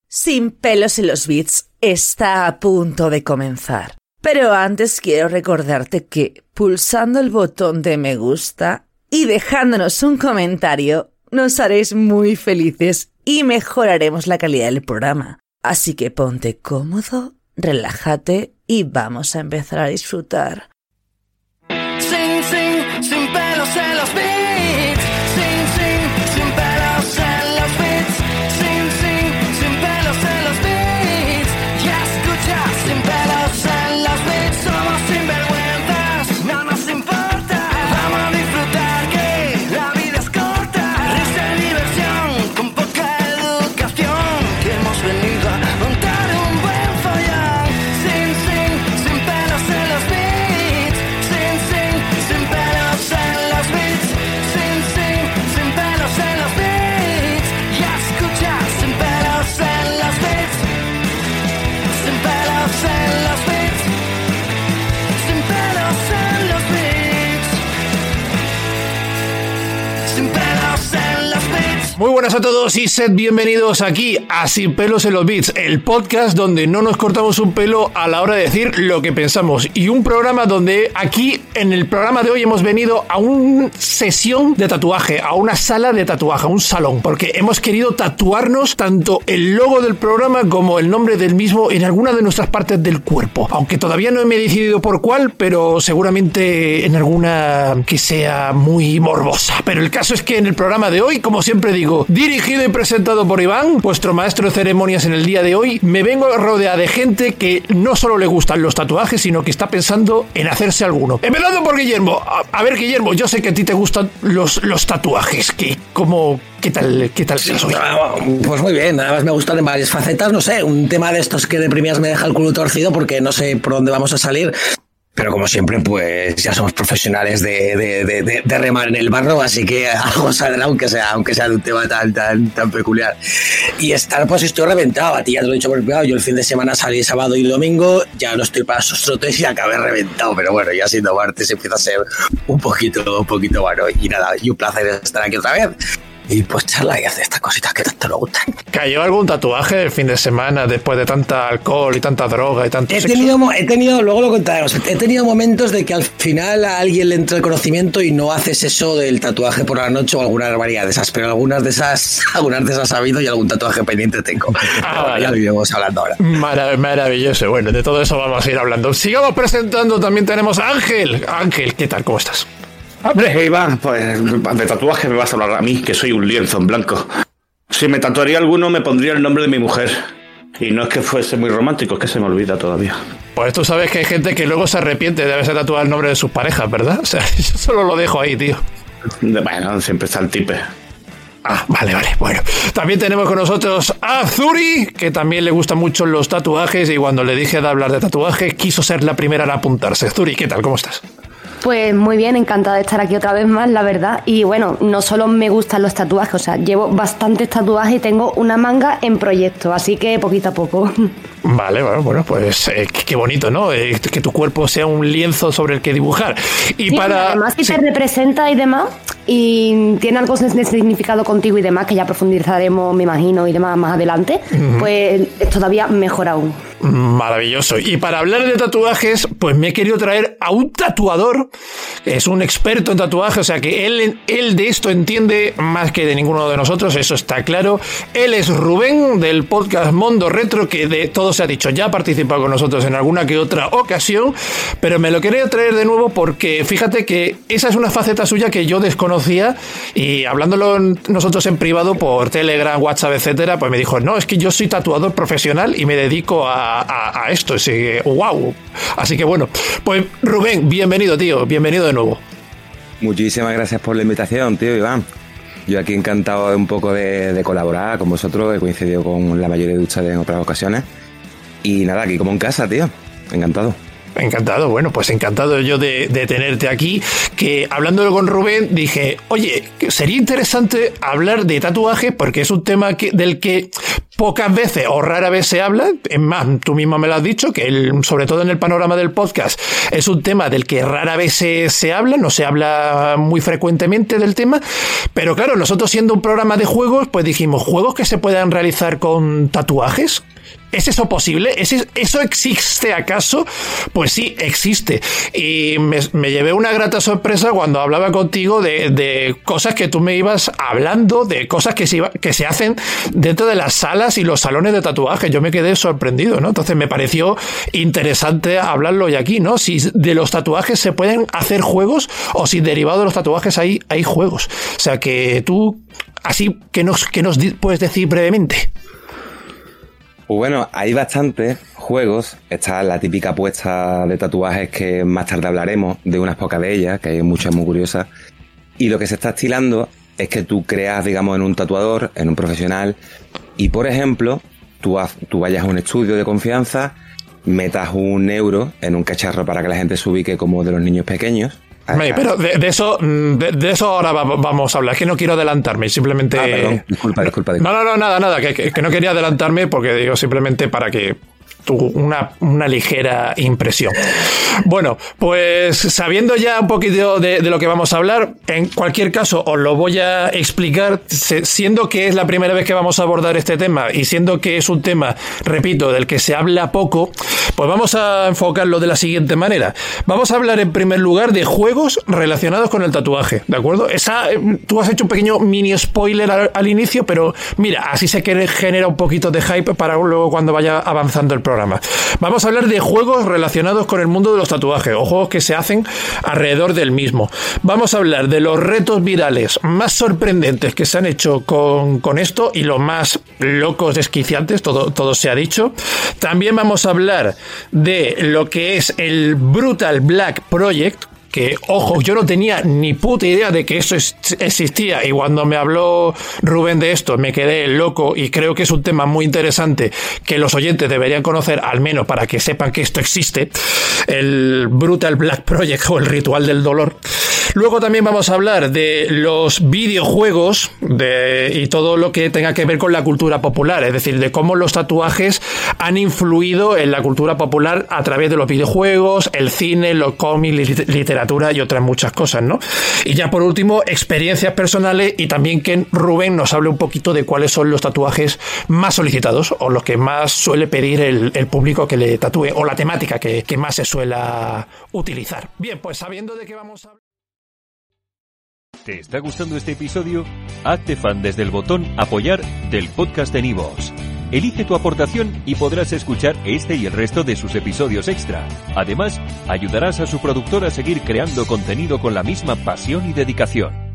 Sin pelos en los beats está a punto de comenzar. Pero antes quiero recordarte que pulsando el botón de me gusta y dejándonos un comentario nos haréis muy felices y mejoraremos la calidad del programa. Así que ponte cómodo, relájate y vamos a empezar a disfrutar. Sin pelos en los beats. Sin pelos en los beats. Sin pelos en los beats. Ya escuchas, sin pelos en los beats. Somos sinvergüenzas, no nos importa. Vamos a disfrutar que la vida es corta. Risa y diversión, con poca educación. Que hemos venido a montar un buen follón. Sin pelos en los beats. Sin pelos en los beats. Sin pelos en los beats. Ya escuchas, sin pelos en los beats. Sin pelos en los beats. Sin pelos en los beats. Sin pelos en los beats. Muy buenas a todos y sed bienvenidos aquí a Sin pelos en los beats, el podcast donde no nos cortamos un pelo a la hora de decir lo que pensamos, y un programa donde aquí en el programa de hoy hemos venido a una sesión de tatuaje, a una sala de tatuaje, a un salón, porque hemos querido tatuarnos tanto el logo del programa como el nombre del mismo en alguna de nuestras partes del cuerpo, aunque todavía no me he decidido por cuál, pero seguramente en alguna que sea muy morbosa. Pero el caso es que en el programa de hoy, como siempre digo, dirigido y presentado por Iván, vuestro maestro de ceremonias en el día de hoy, me vengo rodeada de gente que no solo le gustan los tatuajes, sino que está pensando en hacerse alguno. Empezando por Guillermo. A ver, Guillermo, yo sé que a ti te gustan los tatuajes. ¿Qué tal estás hoy? Pues muy bien, además me gustan en varias facetas, no sé, un tema de estos que de primeras me deja el culo torcido porque no sé por dónde vamos a salir. Pero como siempre, pues ya somos profesionales de remar en el barro, así que algo saldrá, aunque sea de un tema tan peculiar. Y estar, pues estoy reventado. A ti ya te lo he dicho por privado, yo el fin de semana salí sábado y domingo, ya no estoy para esos trotes y acabé reventado, pero bueno, ya siendo martes empieza a ser un poquito bueno. Y nada, y un placer estar aquí otra vez. Y pues charla y hacer estas cositas que tanto nos gustan. ¿Cayó algún tatuaje el fin de semana después de tanta alcohol y tanta droga y tanto sexo? He tenido, luego lo contaremos, he tenido momentos de que al final a alguien le entra el conocimiento y no haces eso del tatuaje por la noche o alguna barbaridad de esas, pero algunas de esas ha habido y algún tatuaje pendiente tengo. Vale. Ya lo iremos hablando ahora. Maravilloso. Bueno, de todo eso vamos a ir hablando. Sigamos presentando, también tenemos a Ángel. Ángel, ¿qué tal? ¿Cómo estás? Hombre, Iván, pues de tatuaje me vas a hablar a mí, que soy un lienzo en blanco. Si me tatuaría alguno, me pondría el nombre de mi mujer. Y no es que fuese muy romántico, es que se me olvida todavía. Pues tú sabes que hay gente que luego se arrepiente de haberse tatuado el nombre de sus parejas, ¿verdad? O sea, yo solo lo dejo ahí, tío. Bueno, siempre está el tipe. Ah, vale. Bueno, también tenemos con nosotros a Zuri, que también le gustan mucho los tatuajes, y cuando le dije de hablar de tatuajes, quiso ser la primera en apuntarse. Zuri, ¿qué tal? ¿Cómo estás? Pues muy bien, encantada de estar aquí otra vez más, la verdad. Y bueno, no solo me gustan los tatuajes, o sea, llevo bastantes tatuajes y tengo una manga en proyecto, así que poquito a poco. Vale, bueno, pues qué bonito, ¿no? Que tu cuerpo sea un lienzo sobre el que dibujar. Y sí, además que te representa y demás, y tiene algo de significado contigo y demás, que ya profundizaremos, me imagino, y demás más adelante, pues es todavía mejor aún. Maravilloso. Y para hablar de tatuajes, pues me he querido traer a un tatuador, que es un experto en tatuajes, o sea que él de esto entiende más que de ninguno de nosotros, eso está claro. Él es Rubén, del podcast Mondo Retro, que de todo se ha dicho, ya ha participado con nosotros en alguna que otra ocasión, pero me lo quería traer de nuevo porque fíjate que esa es una faceta suya que yo desconocía, y hablándolo nosotros en privado por Telegram, WhatsApp, etcétera, pues me dijo, no, es que yo soy tatuador profesional y me dedico a esto, así que wow. Así que bueno, pues Rubén, bienvenido, tío, bienvenido de nuevo. Muchísimas gracias por la invitación, tío Iván. Yo aquí encantado un poco de colaborar con vosotros, he coincidido con la mayoría de ustedes en otras ocasiones. Y nada, aquí como en casa, tío. Encantado. Encantado, bueno, pues encantado yo de tenerte aquí, que hablándolo con Rubén dije, oye, sería interesante hablar de tatuajes porque es un tema del que pocas veces o rara vez se habla. Es más, tú mismo me lo has dicho, que sobre todo en el panorama del podcast es un tema del que rara vez se habla, no se habla muy frecuentemente del tema, pero claro, nosotros siendo un programa de juegos, pues dijimos, ¿juegos que se puedan realizar con tatuajes? ¿Es eso posible? ¿Eso existe acaso? Pues sí, existe. Y me llevé una grata sorpresa cuando hablaba contigo de cosas que tú me ibas hablando, de cosas que se hacen dentro de las salas y los salones de tatuaje. Yo me quedé sorprendido, ¿no? Entonces me pareció interesante hablarlo hoy aquí, ¿no? Si de los tatuajes se pueden hacer juegos o si derivado de los tatuajes hay juegos. O sea que tú, así, ¿qué nos puedes decir brevemente? Pues bueno, hay bastantes juegos. Está la típica apuesta de tatuajes que más tarde hablaremos, de unas pocas de ellas, que hay muchas muy curiosas. Y lo que se está estilando es que tú creas, digamos, en un tatuador, en un profesional, y por ejemplo, tú vayas a un estudio de confianza, metas €1 en un cacharro para que la gente se ubique como de los niños pequeños. Pero de eso ahora vamos a hablar. Es que no quiero adelantarme, simplemente... Perdón. Disculpa. No, nada, que no quería adelantarme porque digo simplemente para que una ligera impresión. Bueno, pues sabiendo ya un poquito de lo que vamos a hablar, en cualquier caso os lo voy a explicar, siendo que es la primera vez que vamos a abordar este tema y siendo que es un tema, repito, del que se habla poco, pues vamos a enfocarlo de la siguiente manera. Vamos a hablar en primer lugar de juegos relacionados con el tatuaje, ¿de acuerdo? Tú has hecho un pequeño mini spoiler al inicio, pero mira, así se genera un poquito de hype para luego cuando vaya avanzando el programa. Vamos a hablar de juegos relacionados con el mundo de los tatuajes o juegos que se hacen alrededor del mismo. Vamos a hablar de los retos virales más sorprendentes que se han hecho con esto y los más locos, desquiciantes, todo se ha dicho. También vamos a hablar de lo que es el Brutal Black Project, que, ojo, yo no tenía ni puta idea de que eso existía y cuando me habló Rubén de esto me quedé loco y creo que es un tema muy interesante que los oyentes deberían conocer, al menos para que sepan que esto existe, el Brutal Black Project o el Ritual del Dolor. Luego también vamos a hablar de los videojuegos y todo lo que tenga que ver con la cultura popular, es decir, de cómo los tatuajes han influido en la cultura popular a través de los videojuegos, el cine, los cómics, literatura y otras muchas cosas, ¿no? Y ya por último, experiencias personales y también que Rubén nos hable un poquito de cuáles son los tatuajes más solicitados o los que más suele pedir el público que le tatúe o la temática que más se suele utilizar. Bien, pues sabiendo de qué vamos a hablar... ¿Te está gustando este episodio? Hazte fan desde el botón Apoyar del podcast de Nivos. Elige tu aportación y podrás escuchar este y el resto de sus episodios extra. Además, ayudarás a su productor a seguir creando contenido con la misma pasión y dedicación.